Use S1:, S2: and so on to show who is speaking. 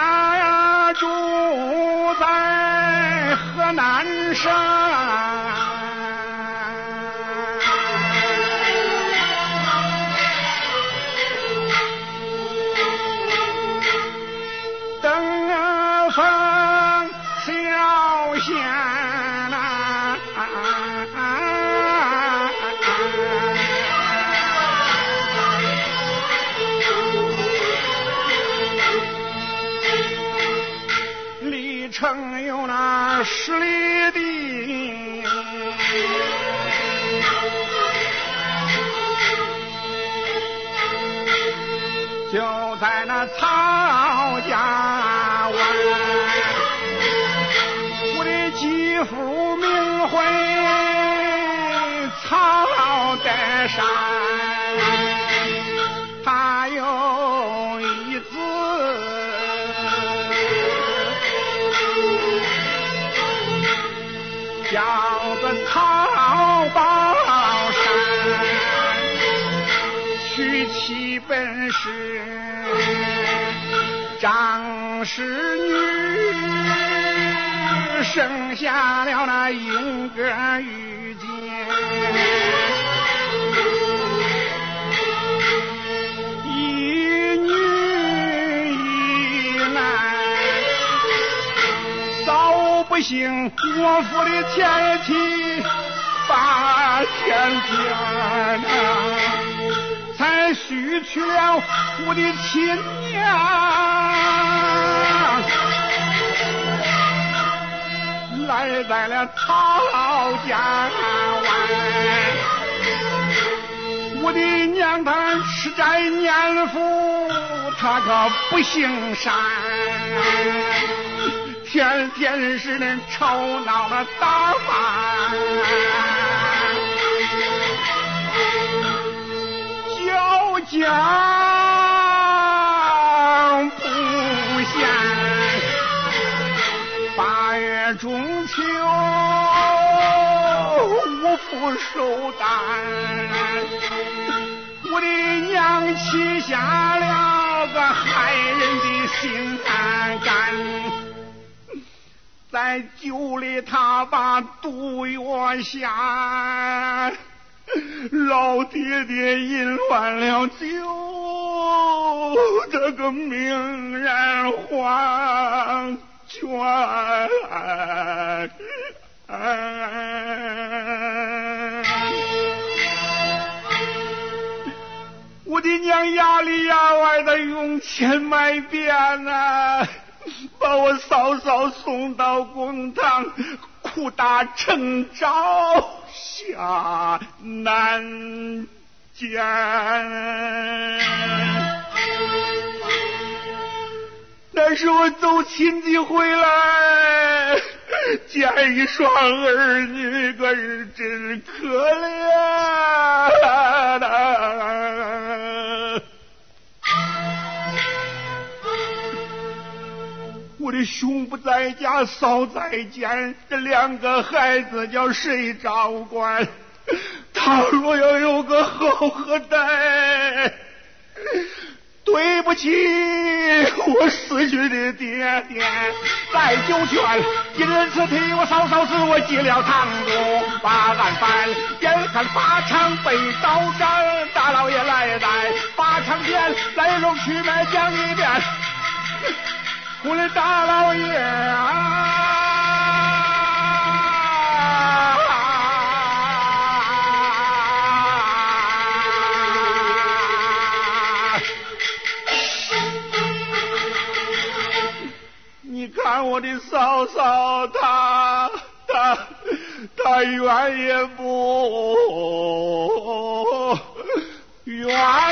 S1: 家住在河南省，登封小县呐，里程有那10里地，就在那曹家湾，我的继父名讳曹德山，他有一子叫个曹宝山，娶妻本是张氏女，生下了那英格玉洁，一女一男，早不幸我府的前妻8天才许去了我的亲娘，来在了曹家湾，我的娘她吃斋念佛，她可不行善，天天是那吵闹的打饭，叫讲不闲。8月中秋无福寿诞，我的娘起下了个害人的心肝，在酒里他把毒药下，老爹爹饮完了酒，这个命人黄泉，我的娘牙里牙外的用钱买遍了，把我嫂嫂送到公堂，苦打成招下南监。但是我走亲戚回来，见一双儿女，可是真可怜呐。我的兄不在家，嫂在监，这2个孩子叫谁照管？他若要有个好后代，对不起我死去的爹爹，在酒泉今日此替我嫂嫂子我结了堂主，把案犯眼看法场被刀斩，大老爷来在法场前来龙去脉讲一遍，我的大老爷啊，你看我的嫂嫂她愿也不愿